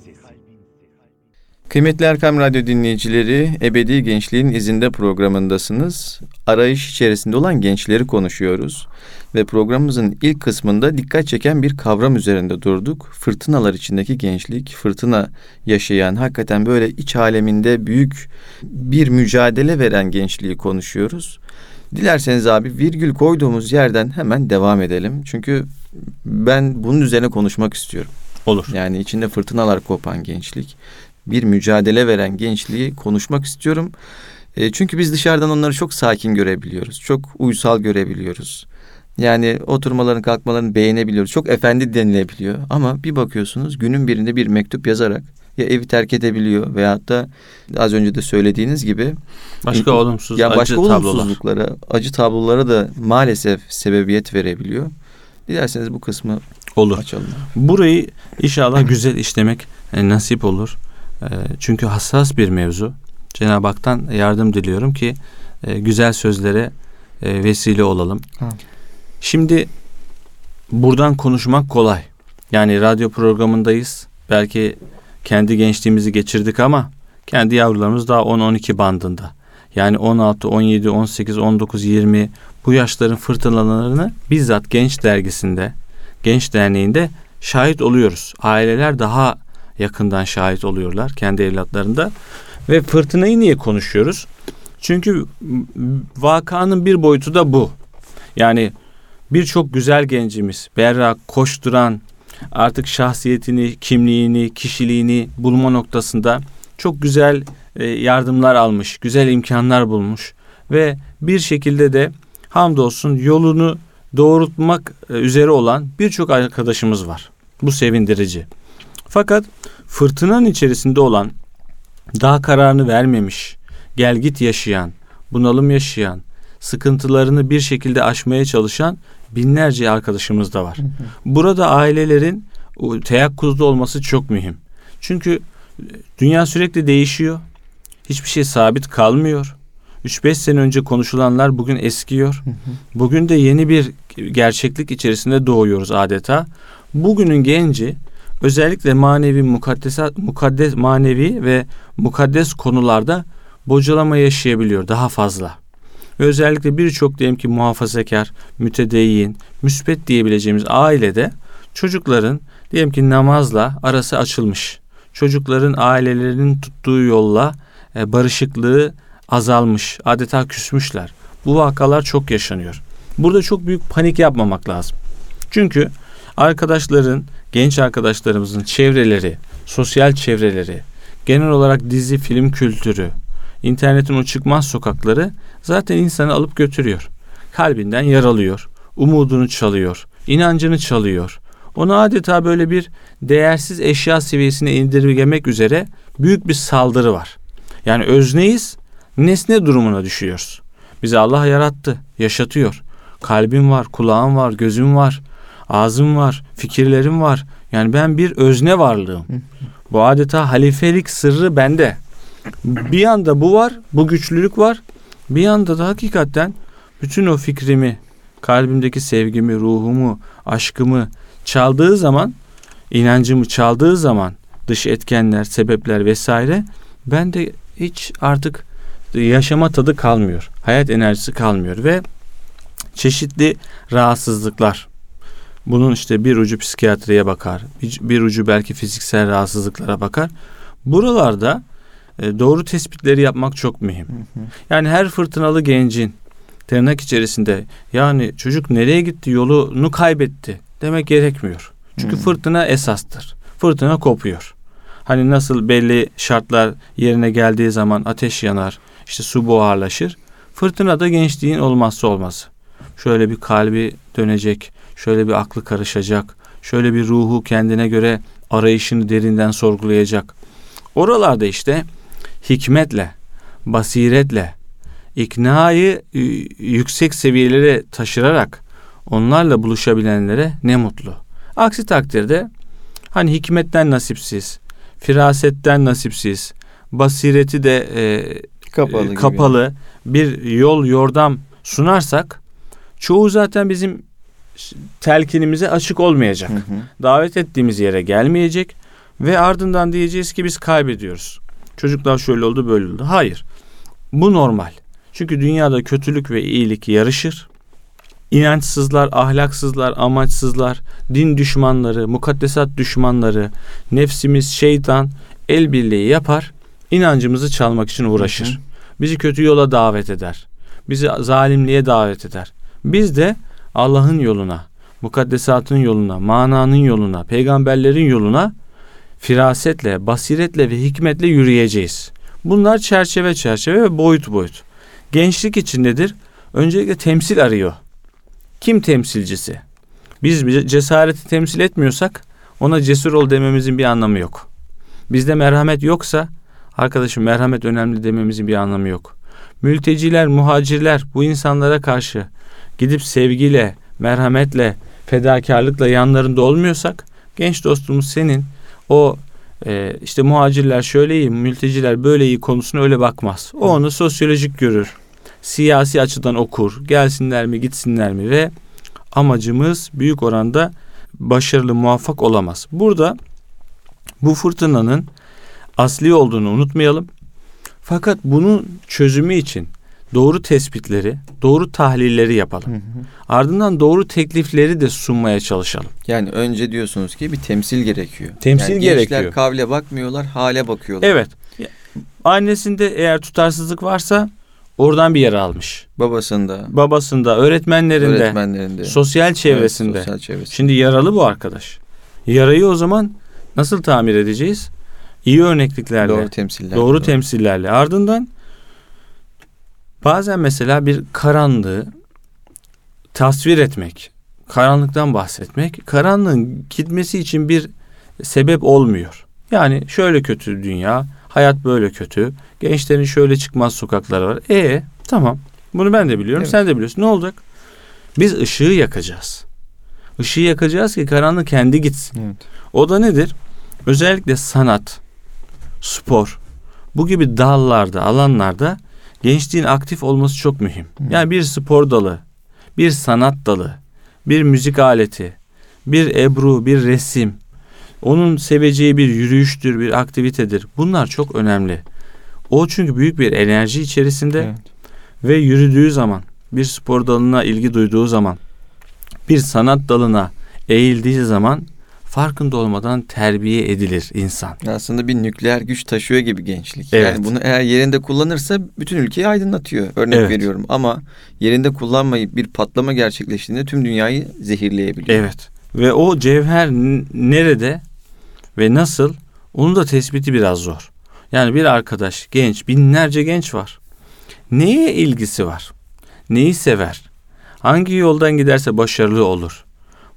Kıymetli Erkam Radyo dinleyicileri, Ebedi Gençliğin İzinde programındasınız. Arayış içerisinde olan gençleri konuşuyoruz. Ve programımızın ilk kısmında dikkat çeken bir kavram üzerinde durduk. Fırtınalar içindeki gençlik, fırtına yaşayan, hakikaten böyle iç aleminde büyük bir mücadele veren gençliği konuşuyoruz. Dilerseniz abi virgül koyduğumuz yerden hemen devam edelim. Çünkü ben bunun üzerine konuşmak istiyorum. Olur. Yani içinde fırtınalar kopan gençlik, bir mücadele veren gençliği konuşmak istiyorum. Çünkü biz dışarıdan onları çok sakin görebiliyoruz. Çok uysal görebiliyoruz. Yani oturmalarını, kalkmalarını beğenebiliyoruz. Çok efendi denilebiliyor. Ama bir bakıyorsunuz günün birinde bir mektup yazarak ya evi terk edebiliyor veyahut da az önce de söylediğiniz gibi Başka olumsuz, ya acı başka tablolar. olumsuzluklara, acı tablolara da maalesef sebebiyet verebiliyor. Dilerseniz bu kısmı Olur. açalım. Burayı inşallah güzel işlemek nasip olur. Çünkü hassas bir mevzu. Cenab-ı Hak'tan yardım diliyorum ki güzel sözlere vesile olalım. Ha. Şimdi buradan konuşmak kolay. Yani radyo programındayız. Belki kendi gençliğimizi geçirdik ama kendi yavrularımız daha 10-12 bandında. Yani 16, 17, 18, 19, 20 bu yaşların fırtınalarını bizzat Genç Dergisi'nde, Genç Derneği'nde şahit oluyoruz. Aileler daha yakından şahit oluyorlar kendi evlatlarında. Ve fırtınayı niye konuşuyoruz? Çünkü vakanın bir boyutu da bu. Yani birçok güzel gencimiz, berrak, koşturan, artık şahsiyetini, kimliğini, kişiliğini bulma noktasında çok güzel yardımlar almış, güzel imkanlar bulmuş ve bir şekilde de hamdolsun yolunu doğrultmak üzere olan birçok arkadaşımız var. Bu sevindirici. Fakat fırtınanın içerisinde olan, daha kararını vermemiş, gel git yaşayan, bunalım yaşayan, sıkıntılarını bir şekilde aşmaya çalışan binlerce arkadaşımız da var. Burada ailelerin teyakkuzda olması çok mühim. Çünkü dünya sürekli değişiyor. Hiçbir şey sabit kalmıyor. 3-5 sene önce konuşulanlar bugün eskiyor. Bugün de yeni bir gerçeklik içerisinde doğuyoruz adeta. Bugünün genci özellikle manevi ve mukaddes konularda bocalama yaşayabiliyor daha fazla. Ve özellikle birçok diyelim ki muhafazakar, mütedeyyin, müsbet diyebileceğimiz ailede çocukların diyelim ki namazla arası açılmış. Çocukların ailelerinin tuttuğu yolla barışıklığı azalmış, adeta küsmüşler. Bu vakalar çok yaşanıyor. Burada çok büyük panik yapmamak lazım. Çünkü arkadaşların, genç arkadaşlarımızın çevreleri, sosyal çevreleri, genel olarak dizi, film kültürü, internetin o çıkmaz sokakları zaten insanı alıp götürüyor. Kalbinden yaralıyor, umudunu çalıyor, inancını çalıyor. Onu adeta böyle bir değersiz eşya seviyesine indirgemek üzere büyük bir saldırı var. Yani özneyiz, nesne durumuna düşüyoruz. Bizi Allah yarattı, yaşatıyor. Kalbim var, kulağım var, gözüm var, ağzım var, fikirlerim var. Yani ben bir özne varlığım. Bu adeta halifelik sırrı bende. Bir yanda bu var, bu güçlülük var. Bir yanda da hakikaten bütün o fikrimi, kalbimdeki sevgimi, ruhumu, aşkımı çaldığı zaman, inancımı çaldığı zaman dış etkenler, sebepler vesaire, ben de hiç artık yaşama tadı kalmıyor. Hayat enerjisi kalmıyor ve çeşitli rahatsızlıklar. Bunun işte bir ucu psikiyatriye bakar, bir ucu belki fiziksel rahatsızlıklara bakar. Buralarda doğru tespitleri yapmak çok mühim. Yani her fırtınalı gencin tırnak içerisinde yani çocuk nereye gitti, yolunu kaybetti demek gerekmiyor. Çünkü fırtına esastır. Fırtına kopuyor. Hani nasıl belli şartlar yerine geldiği zaman ateş yanar, işte su buharlaşır. Fırtına da gençliğin olmazsa olmazı. Şöyle bir kalbi dönecek, şöyle bir aklı karışacak, şöyle bir ruhu kendine göre arayışını derinden sorgulayacak. Oralarda işte hikmetle, basiretle, iknayı yüksek seviyelere taşırarak onlarla buluşabilenlere ne mutlu. Aksi takdirde hani hikmetten nasipsiz, firasetten nasipsiz, basireti de kapalı bir yol yordam sunarsak çoğu zaten bizim telkinimize açık olmayacak. Davet ettiğimiz yere gelmeyecek ve ardından diyeceğiz ki biz kaybediyoruz. Çocuklar şöyle oldu, böyle oldu. Hayır. Bu normal. Çünkü dünyada kötülük ve iyilik yarışır. İnançsızlar, ahlaksızlar, amaçsızlar, din düşmanları, mukaddesat düşmanları, nefsimiz, şeytan el birliği yapar. İnancımızı çalmak için uğraşır. Bizi kötü yola davet eder. Bizi zalimliğe davet eder. Biz de Allah'ın yoluna, mukaddesatın yoluna, mananın yoluna, peygamberlerin yoluna firasetle, basiretle ve hikmetle yürüyeceğiz. Bunlar çerçeve ve boyut. Gençlik için nedir? Öncelikle temsil arıyor. Kim temsilcisi? Biz cesareti temsil etmiyorsak ona cesur ol dememizin bir anlamı yok. Bizde merhamet yoksa arkadaşım merhamet önemli dememizin bir anlamı yok. Mülteciler, muhacirler bu insanlara karşı gidip sevgiyle, merhametle, fedakarlıkla yanlarında olmuyorsak genç dostumuz senin o işte muhacirler şöyle iyi, mülteciler böyle iyi konusuna öyle bakmaz. O onu sosyolojik görür. Siyasi açıdan okur. Gelsinler mi, gitsinler mi ve amacımız büyük oranda başarılı, muvaffak olamaz. Burada bu fırtınanın asli olduğunu unutmayalım. Fakat bunun çözümü için doğru tespitleri, doğru tahlilleri yapalım. Ardından doğru teklifleri de sunmaya çalışalım. Yani önce diyorsunuz ki bir temsil gerekiyor. Temsil yani gerekiyor. Gençler kavle bakmıyorlar, hale bakıyorlar. Evet. Annesinde eğer tutarsızlık varsa oradan bir yara almış. Babasında, öğretmenlerinde, sosyal çevresinde. Evet, sosyal çevresi. Şimdi yaralı bu arkadaş. Yarayı o zaman nasıl tamir edeceğiz? İyi örnekliklerle, doğru temsillerle. Ardından bazen mesela bir karanlığı tasvir etmek, karanlıktan bahsetmek, karanlığın gitmesi için bir sebep olmuyor. Yani şöyle kötü dünya, hayat böyle kötü, gençlerin şöyle çıkmaz sokakları var. Tamam, bunu ben de biliyorum, evet. Sen de biliyorsun. Ne olacak? Biz ışığı yakacağız. Işığı yakacağız ki karanlık kendi gitsin. Evet. O da nedir? Özellikle sanat, spor, bu gibi dallarda, alanlarda gençliğin aktif olması çok mühim. Yani bir spor dalı, bir sanat dalı, bir müzik aleti, bir ebru, bir resim, onun seveceği bir yürüyüştür, bir aktivitedir. Bunlar çok önemli. O çünkü büyük bir enerji içerisinde, evet. Ve yürüdüğü zaman, bir spor dalına ilgi duyduğu zaman, bir sanat dalına eğildiği zaman farkında olmadan terbiye edilir insan. Aslında bir nükleer güç taşıyor gibi gençlik. Evet. Yani bunu eğer yerinde kullanırsa bütün ülkeyi aydınlatıyor. Örnek veriyorum ama yerinde kullanmayıp bir patlama gerçekleştiğinde tüm dünyayı zehirleyebiliyor. Evet. Ve o cevher nerede ve nasıl, onun da tespiti biraz zor. Yani bir arkadaş, genç, binlerce genç var. Neye ilgisi var? Neyi sever? Hangi yoldan giderse başarılı olur?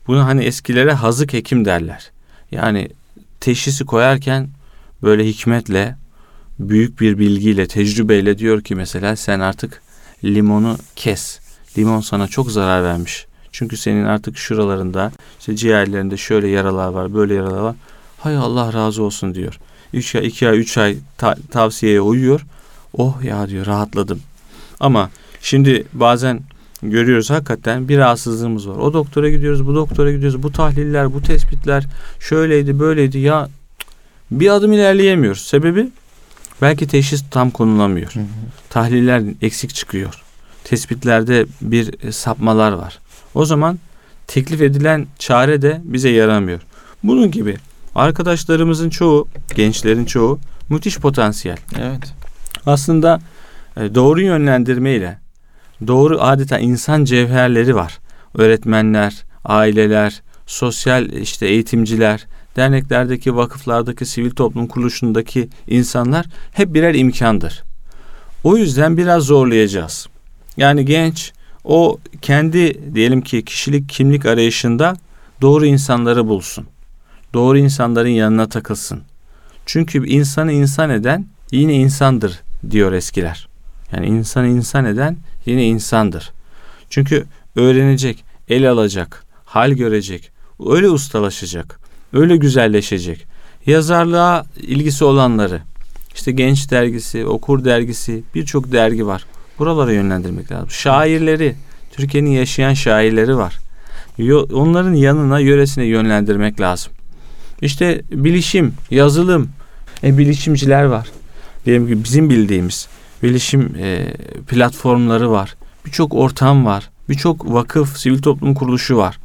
Bunu hani eskilere hazık hekim derler. Yani teşhisi koyarken böyle hikmetle, büyük bir bilgiyle, tecrübeyle diyor ki mesela sen artık limonu kes. Limon sana çok zarar vermiş. Çünkü senin artık şuralarında, işte ciğerlerinde şöyle yaralar var, böyle yaralar var. Hay Allah razı olsun diyor. 2 ay, 3 ay tavsiyeye uyuyor. Oh ya diyor, rahatladım. Ama şimdi bazen görüyoruz hakikaten bir rahatsızlığımız var. O doktora gidiyoruz, bu doktora gidiyoruz. Bu tahliller, bu tespitler şöyleydi, böyleydi. Ya bir adım ilerleyemiyoruz. Sebebi belki teşhis tam konulamıyor. Tahliller eksik çıkıyor. Tespitlerde bir sapmalar var. O zaman teklif edilen çare de bize yaramıyor. Bunun gibi arkadaşlarımızın çoğu, gençlerin çoğu müthiş potansiyel. Evet. Aslında doğru yönlendirmeyle, doğru adeta insan cevherleri var. Öğretmenler, aileler, sosyal işte eğitimciler, derneklerdeki, vakıflardaki, sivil toplum kuruluşundaki insanlar hep birer imkandır. O yüzden biraz zorlayacağız. Yani genç o kendi diyelim ki kişilik kimlik arayışında doğru insanları bulsun. Doğru insanların yanına takılsın. Çünkü insanı insan eden yine insandır diyor eskiler. Yani insanı insan eden yine insandır. Çünkü öğrenecek, el alacak, hal görecek, öyle ustalaşacak, öyle güzelleşecek. Yazarlığa ilgisi olanları, işte Genç Dergisi, Okur Dergisi, birçok dergi var. Buralara yönlendirmek lazım. Şairleri, Türkiye'nin yaşayan şairleri var. Onların yanına, yöresine yönlendirmek lazım. İşte bilişim, yazılım, bilişimciler var. Diyelim ki bizim bildiğimiz bilişim platformları var. Birçok ortam var. Birçok vakıf, sivil toplum kuruluşu var.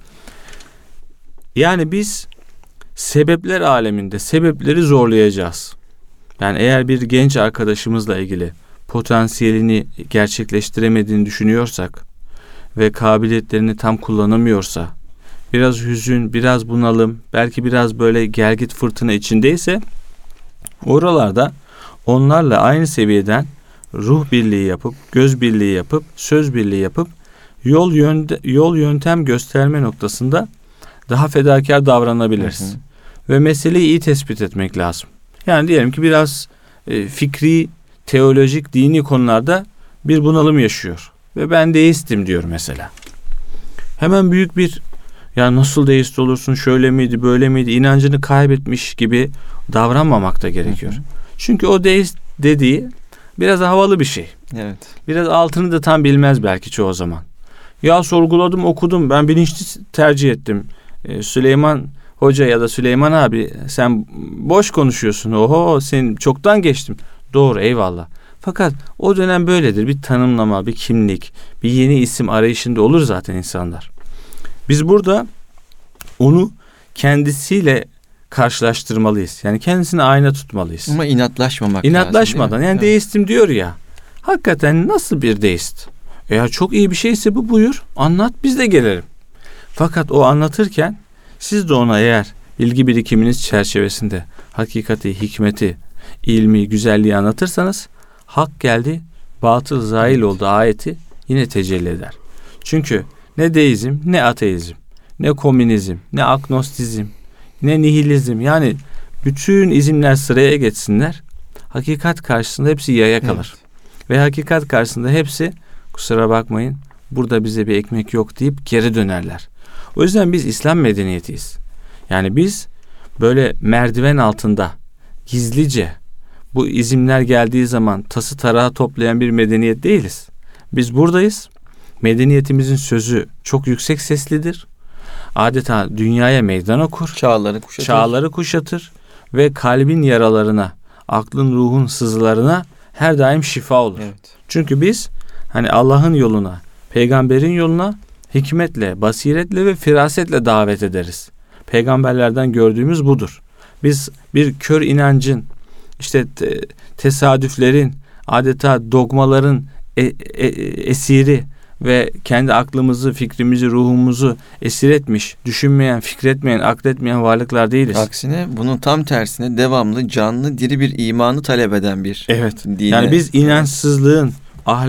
Yani biz sebepler aleminde sebepleri zorlayacağız. Yani eğer bir genç arkadaşımızla ilgili potansiyelini gerçekleştiremediğini düşünüyorsak ve kabiliyetlerini tam kullanamıyorsa, biraz hüzün, biraz bunalım, belki biraz böyle gelgit fırtına içindeyse, oralarda onlarla aynı seviyeden ruh birliği yapıp, göz birliği yapıp, söz birliği yapıp yol yöntem gösterme noktasında daha fedakar davranabiliriz. Ve meseleyi iyi tespit etmek lazım. Yani diyelim ki biraz fikri, teolojik, dini konularda bir bunalım yaşıyor. Ve ben deistim diyor mesela. Hemen büyük bir, ya nasıl deist olursun, şöyle miydi, böyle miydi, inancını kaybetmiş gibi davranmamak da gerekiyor. Çünkü o deist dediği biraz havalı bir şey. Evet. Biraz altını da tam bilmez belki çoğu zaman. Ya sorguladım, okudum, ben bilinçli tercih ettim. Süleyman Hoca ya da Süleyman abi sen boş konuşuyorsun. Oho, sen çoktan geçtim. Doğru, eyvallah. Fakat o dönem böyledir. Bir tanımlama, bir kimlik, bir yeni isim arayışında olur zaten insanlar. Biz burada onu kendisiyle karşılaştırmalıyız. Yani kendisini ayna tutmalıyız. Ama inatlaşmamak İnatlaşmadan. lazım, Yani evet. deistim diyor ya. Hakikaten nasıl bir deist? Eğer çok iyi bir şeyse bu, buyur. Anlat, biz de gelelim. Fakat o anlatırken siz de ona eğer bilgi birikiminiz çerçevesinde hakikati, hikmeti, ilmi, güzelliği anlatırsanız, hak geldi, batıl zail oldu ayeti yine tecelli eder. Çünkü ne deizm, ne ateizm, ne komünizm, ne agnostizm, ne nihilizm, yani bütün izimler sıraya geçsinler, hakikat karşısında hepsi yaya kalır. Evet. Ve hakikat karşısında hepsi kusura bakmayın burada bize bir ekmek yok deyip geri dönerler. O yüzden biz İslam medeniyetiyiz. Yani biz böyle merdiven altında gizlice bu izimler geldiği zaman tası tarağı toplayan bir medeniyet değiliz. Biz buradayız. Medeniyetimizin sözü çok yüksek seslidir. Adeta dünyaya meydan okur. Çağları kuşatır. Ve kalbin yaralarına, aklın, ruhun sızılarına her daim şifa olur. Evet. Çünkü biz hani Allah'ın yoluna, peygamberin yoluna hikmetle, basiretle ve firasetle davet ederiz. Peygamberlerden gördüğümüz budur. Biz bir kör inancın, işte tesadüflerin, adeta dogmaların esiri ve kendi aklımızı, fikrimizi, ruhumuzu esir etmiş, düşünmeyen, fikretmeyen, akletmeyen varlıklar değiliz. Aksine bunun tam tersine devamlı, canlı, diri bir imanı talep eden bir dine. Yani biz inançsızlığın,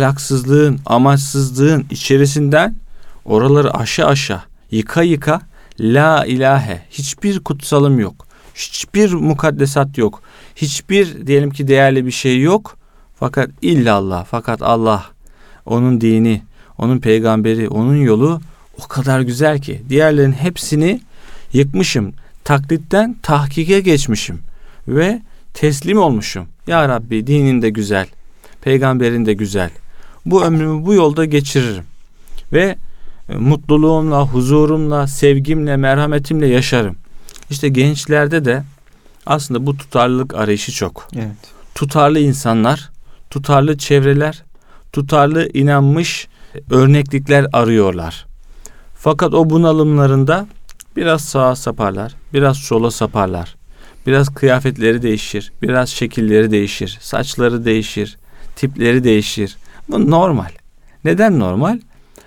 ahlaksızlığın, amaçsızlığın içerisinden oraları aşağı yıka La ilahe, hiçbir kutsalım yok. Hiçbir mukaddesat yok. Hiçbir diyelim ki değerli bir şey yok. Fakat illallah, fakat Allah, onun dini, onun peygamberi, onun yolu o kadar güzel ki diğerlerin hepsini yıkmışım. Taklitten tahkike geçmişim ve teslim olmuşum. Ya Rabbi, dinin de güzel, peygamberin de güzel. Bu ömrümü bu yolda geçiririm ve mutluluğumla, huzurumla, sevgimle, merhametimle yaşarım. İşte gençlerde de aslında bu tutarlılık arayışı çok. Evet. Tutarlı insanlar, tutarlı çevreler, tutarlı inanmış örneklikler arıyorlar. Fakat o bunalımlarında biraz sağa saparlar, biraz sola saparlar. Biraz kıyafetleri değişir, biraz şekilleri değişir, saçları değişir, tipleri değişir. Bu normal. Neden normal?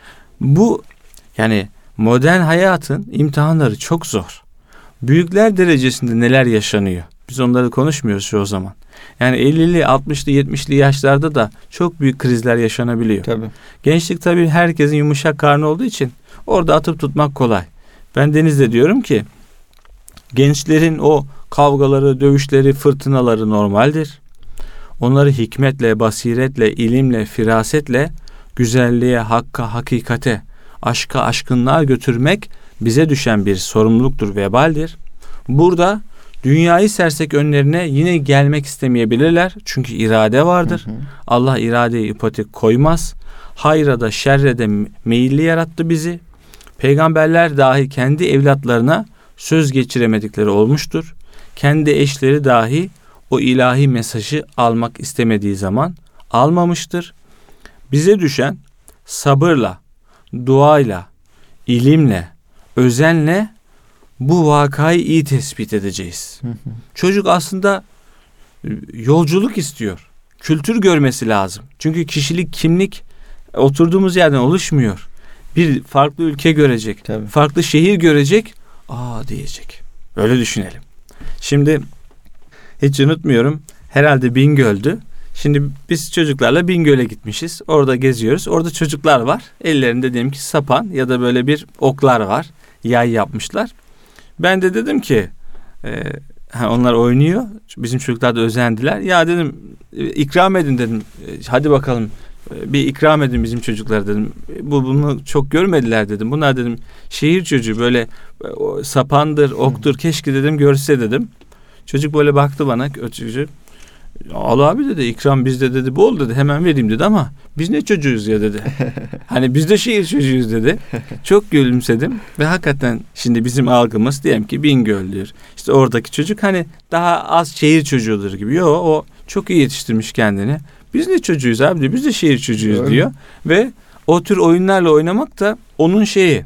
Bu yani modern hayatın imtihanları çok zor. Büyükler derecesinde neler yaşanıyor? Biz onları konuşmuyoruz çoğu zaman. Yani 50'li, 60'lı, 70'li yaşlarda da çok büyük krizler yaşanabiliyor. Tabii. Gençlik tabii herkesin yumuşak karnı olduğu için orada atıp tutmak kolay. Ben Deniz'de diyorum ki gençlerin o kavgaları, dövüşleri, fırtınaları normaldir. Onları hikmetle, basiretle, ilimle, firasetle güzelliğe, hakka, hakikate, aşka, aşkınlığa götürmek bize düşen bir sorumluluktur, vebaldir. Burada dünyayı sersek önlerine yine gelmek istemeyebilirler. Çünkü irade vardır. Allah iradeyi ipotek koymaz. Hayra da şerre de meyilli yarattı bizi. Peygamberler dahi kendi evlatlarına söz geçiremedikleri olmuştur. Kendi eşleri dahi o ilahi mesajı almak istemediği zaman almamıştır. Bize düşen sabırla, duayla, ilimle, özenle bu vakayı iyi tespit edeceğiz. Çocuk aslında yolculuk istiyor. Kültür görmesi lazım. Çünkü kişilik, kimlik oturduğumuz yerden oluşmuyor. Bir farklı ülke görecek, Tabii. farklı şehir görecek, diyecek. Öyle düşünelim. Şimdi hiç unutmuyorum. Herhalde Bingöl'dü. Şimdi biz çocuklarla Bingöl'e gitmişiz. Orada geziyoruz. Orada çocuklar var. Ellerinde diyelim ki sapan ya da böyle bir oklar var. Yay yapmışlar. Ben de dedim ki onlar oynuyor. Bizim çocuklar da özendiler. Ya dedim ikram edin dedim. Hadi bakalım bir ikram edin bizim çocuklara dedim. Bunu çok görmediler dedim. Bunlar dedim şehir çocuğu, böyle sapandır, oktur. Keşke dedim görse dedim. Çocuk böyle baktı bana, o çocuk. Al abi dedi, ikram bizde dedi, bol dedi, hemen vereyim dedi, ama biz ne çocuğuz ya dedi. Hani biz de şehir çocuğuyuz dedi. Çok gülümsedim ve hakikaten şimdi bizim algımız diyelim ki Bingöl'dür. İşte oradaki çocuk hani daha az şehir çocuğudur gibi. Yok, o çok iyi yetiştirmiş kendini. Biz ne çocuğuyuz abi diyor, biz de şehir çocuğuyuz Doğru. diyor. Ve o tür oyunlarla oynamak da onun şeyi,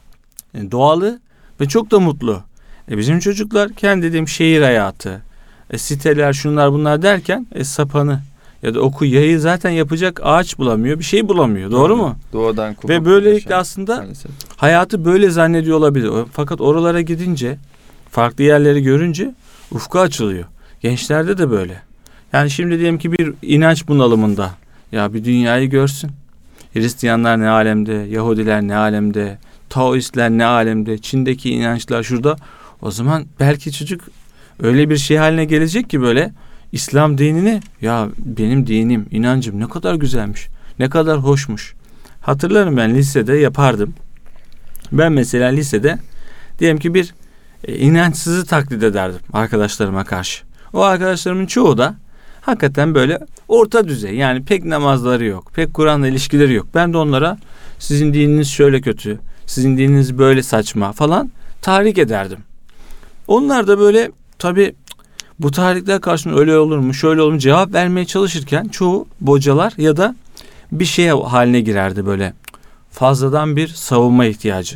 doğalı ve çok da mutlu. Bizim çocuklar kendi dediğim şehir hayatı, siteler, şunlar bunlar derken sapanı ya da oku, yayı zaten yapacak ağaç bulamıyor, bir şey bulamıyor. Doğru mu? Doğadan kopup Ve böylelikle yaşayan, aslında maalesef. hayatı böyle zannediyor olabilir. Fakat oralara gidince, farklı yerleri görünce ufku açılıyor. Gençlerde de böyle. Yani şimdi diyelim ki bir inanç bunalımında, ya bir dünyayı görsün. Hristiyanlar ne alemde, Yahudiler ne alemde, Taoistler ne alemde, Çin'deki inançlar şurada. O zaman belki çocuk öyle bir şey haline gelecek ki böyle İslam dinini, ya benim dinim, inancım ne kadar güzelmiş, ne kadar hoşmuş. Hatırlarım, ben lisede yapardım. Ben mesela lisede diyelim ki bir inançsızı taklit ederdim arkadaşlarıma karşı. O arkadaşlarımın çoğu da hakikaten böyle orta düzey, yani pek namazları yok, pek Kur'an'la ilişkileri yok. Ben de onlara sizin dininiz şöyle kötü, sizin dininiz böyle saçma falan tahrik ederdim. Onlar da böyle tabii bu tahrikler karşısında öyle olur mu, şöyle olur mu cevap vermeye çalışırken çoğu bocalar ya da bir şey haline girerdi, böyle fazladan bir savunma ihtiyacı.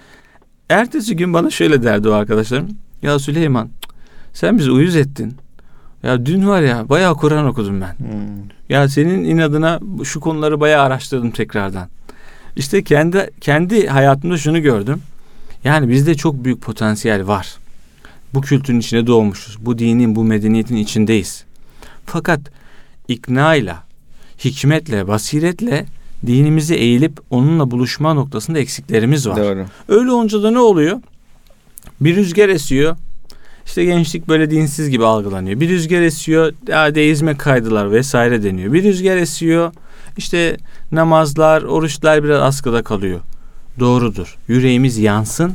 Ertesi gün bana şöyle derdi o arkadaşlarım. Ya Süleyman, sen bizi uyuz ettin. Ya dün var ya bayağı Kur'an okudum ben. Ya senin inadına şu konuları bayağı araştırdım tekrardan. İşte kendi hayatımda şunu gördüm. Yani bizde çok büyük potansiyel var. Bu kültürün içine doğmuşuz. Bu dinin, bu medeniyetin içindeyiz. Fakat iknayla, hikmetle, basiretle dinimize eğilip onunla buluşma noktasında eksiklerimiz var. Doğru. Öyle olunca da ne oluyor? Bir rüzgar esiyor. İşte gençlik böyle dinsiz gibi algılanıyor. Bir rüzgar esiyor, deizme kaydılar vesaire deniyor. Bir rüzgar esiyor, işte namazlar, oruçlar biraz askıda kalıyor. Doğrudur. Yüreğimiz yansın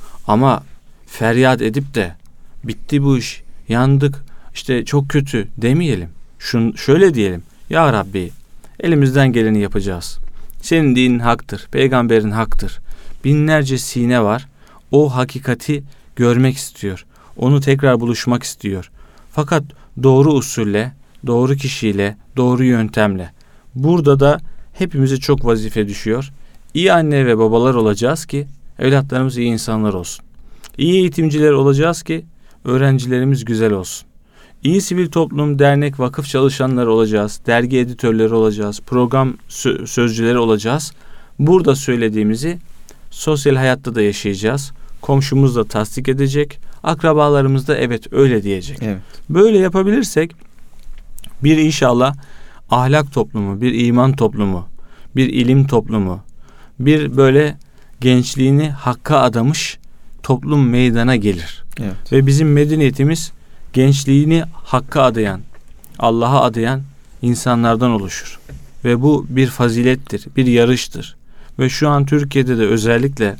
ama feryat edip de bitti bu iş, yandık, işte çok kötü demeyelim. Şöyle diyelim. Ya Rabbi, elimizden geleni yapacağız. Senin dinin haktır, peygamberin haktır. Binlerce sine var. O hakikati görmek istiyor. Onu tekrar buluşmak istiyor. Fakat doğru usulle, doğru kişiyle, doğru yöntemle. Burada da hepimize çok vazife düşüyor. İyi anne ve babalar olacağız ki evlatlarımız iyi insanlar olsun. İyi eğitimciler olacağız ki öğrencilerimiz güzel olsun. İyi sivil toplum, dernek, vakıf çalışanları olacağız. Dergi editörleri olacağız. Program sözcüleri olacağız. Burada söylediğimizi sosyal hayatta da yaşayacağız. Komşumuz da tasdik edecek. Akrabalarımız da evet öyle diyecek. Evet. Böyle yapabilirsek bir inşallah ahlak toplumu, bir iman toplumu, bir ilim toplumu, bir böyle gençliğini hakka adamış toplum meydana gelir. Evet. Ve bizim medeniyetimiz gençliğini hakka adayan, Allah'a adayan insanlardan oluşur. Ve bu bir fazilettir, bir yarıştır. Ve şu an Türkiye'de de özellikle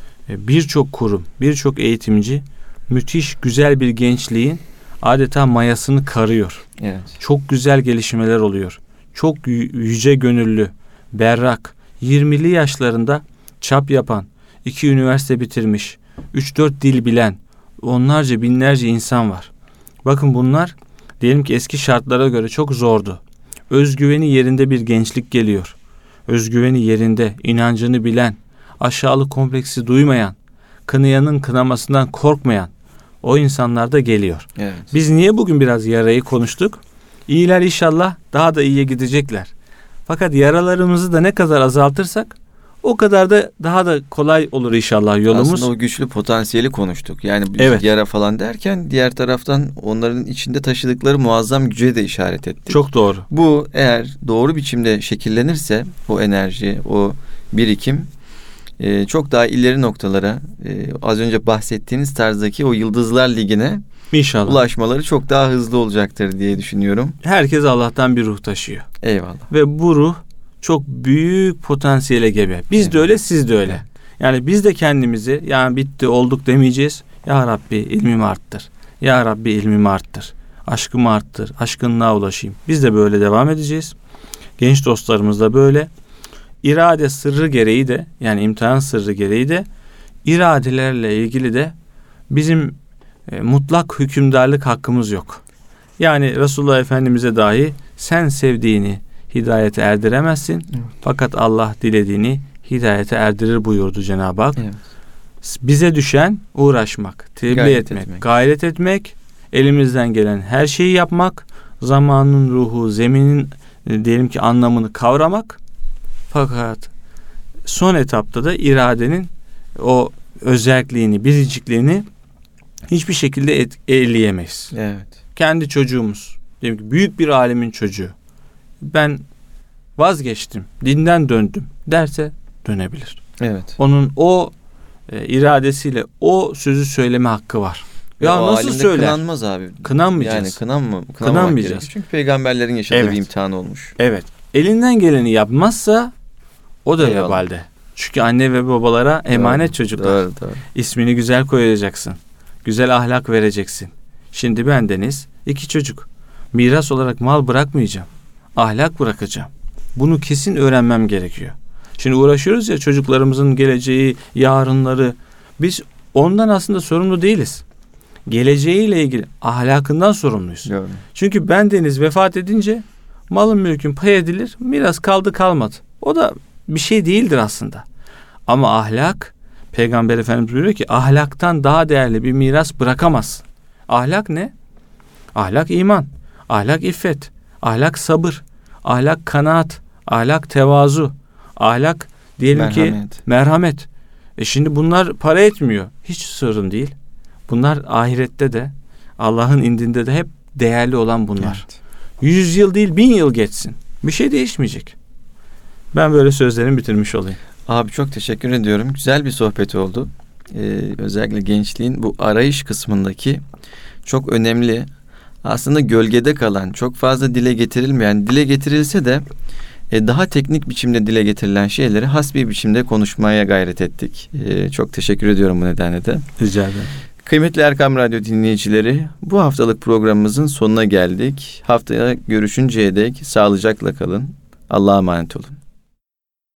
birçok kurum, birçok eğitimci müthiş güzel bir gençliğin adeta mayasını karıyor. Evet. Çok güzel gelişmeler oluyor. Çok yüce gönüllü, berrak, 20'li yaşlarında çap yapan, 2 üniversite bitirmiş, 3-4 dil bilen onlarca binlerce insan var. Bakın bunlar diyelim ki eski şartlara göre çok zordu. Özgüveni yerinde bir gençlik geliyor. Özgüveni yerinde, inancını bilen, aşağılık kompleksi duymayan, kınayanın kınamasından korkmayan o insanlar da geliyor. Evet. Biz niye bugün biraz yarayı konuştuk? İyiler inşallah daha da iyiye gidecekler. Fakat yaralarımızı da ne kadar azaltırsak o kadar da daha da kolay olur inşallah yolumuz. Aslında o güçlü potansiyeli konuştuk. Yani biz Evet. yara falan derken diğer taraftan onların içinde taşıdıkları muazzam güce de işaret ettik. Çok doğru. Bu eğer doğru biçimde şekillenirse o enerji, o birikim çok daha ileri noktalara az önce bahsettiğiniz tarzdaki o Yıldızlar Ligi'ne İnşallah. ulaşmaları çok daha hızlı olacaktır diye düşünüyorum. Herkes Allah'tan bir ruh taşıyor. Eyvallah. Ve bu ruh çok büyük potansiyele gebe. Biz de öyle, siz de öyle. Yani biz de kendimizi yani bitti olduk demeyeceğiz. Ya Rabbi ilmimi arttır. Ya Rabbi ilmimi arttır. Aşkımı arttır. Aşkınlığa ulaşayım. Biz de böyle devam edeceğiz. Genç dostlarımız da böyle. İrade sırrı gereği de yani imtihan sırrı gereği de iradelerle ilgili de bizim mutlak hükümdarlık hakkımız yok. Yani Resulullah Efendimiz'e dahi sen sevdiğini hidayete erdiremezsin. Evet. Fakat Allah dilediğini hidayete erdirir buyurdu Cenab-ı Hak. Evet. Bize düşen uğraşmak, tebliğ Gayret etmek, gayret etmek, elimizden gelen her şeyi yapmak, zamanın ruhu, zeminin diyelim ki anlamını kavramak. Fakat son etapta da iradenin o özelliğini, biricikliğini hiçbir şekilde elleyemeyiz. Evet. Kendi çocuğumuz, diyelim ki büyük bir alemin çocuğu, ben vazgeçtim, dinden döndüm derse dönebilir. Evet. Onun o iradesiyle o sözü söyleme hakkı var. Ya o nasıl alimde söyler? kınanmaz abi. Kınanmayacağız. Yani Kınanmayacağız. Çünkü peygamberlerin yaşadığı Evet. bir imtihan olmuş. Evet. Elinden geleni yapmazsa o da Eyvallah. vebalde. Çünkü anne ve babalara emanet çocuklar. Doğru. İsmini güzel koyacaksın. Güzel ahlak vereceksin. Şimdi bendeniz 2 çocuk. Miras olarak mal bırakmayacağım. Ahlak bırakacağım. Bunu kesin öğrenmem gerekiyor. Şimdi uğraşıyoruz ya çocuklarımızın geleceği, yarınları. Biz ondan aslında sorumlu değiliz. Geleceğiyle ilgili ahlakından sorumluyuz. Doğru. Çünkü bendeniz vefat edince malın mülkün pay edilir. Miras kaldı kalmadı. O da bir şey değildir aslında. Ama ahlak, Peygamber Efendimiz buyuruyor ki ahlaktan daha değerli bir miras bırakamazsın. Ahlak ne? Ahlak iman, ahlak iffet, ahlak sabır, ahlak kanaat, ahlak tevazu, ahlak diyelim ki merhamet. Şimdi bunlar para etmiyor. Hiç sorun değil. Bunlar ahirette de Allah'ın indinde de hep değerli olan bunlar. Evet. 100 yıl değil 1000 yıl geçsin. Bir şey değişmeyecek. Ben böyle sözlerimi bitirmiş olayım. Abi çok teşekkür ediyorum. Güzel bir sohbet oldu. özellikle gençliğin bu arayış kısmındaki çok önemli, aslında gölgede kalan, çok fazla dile getirilmeyen, dile getirilse de daha teknik biçimde dile getirilen şeyleri hasbi biçimde konuşmaya gayret ettik. Çok teşekkür ediyorum bu nedenle de. Rica ederim. Kıymetli Erkam Radyo dinleyicileri, bu haftalık programımızın sonuna geldik. Haftaya görüşünceye dek sağlıcakla kalın. Allah'a emanet olun.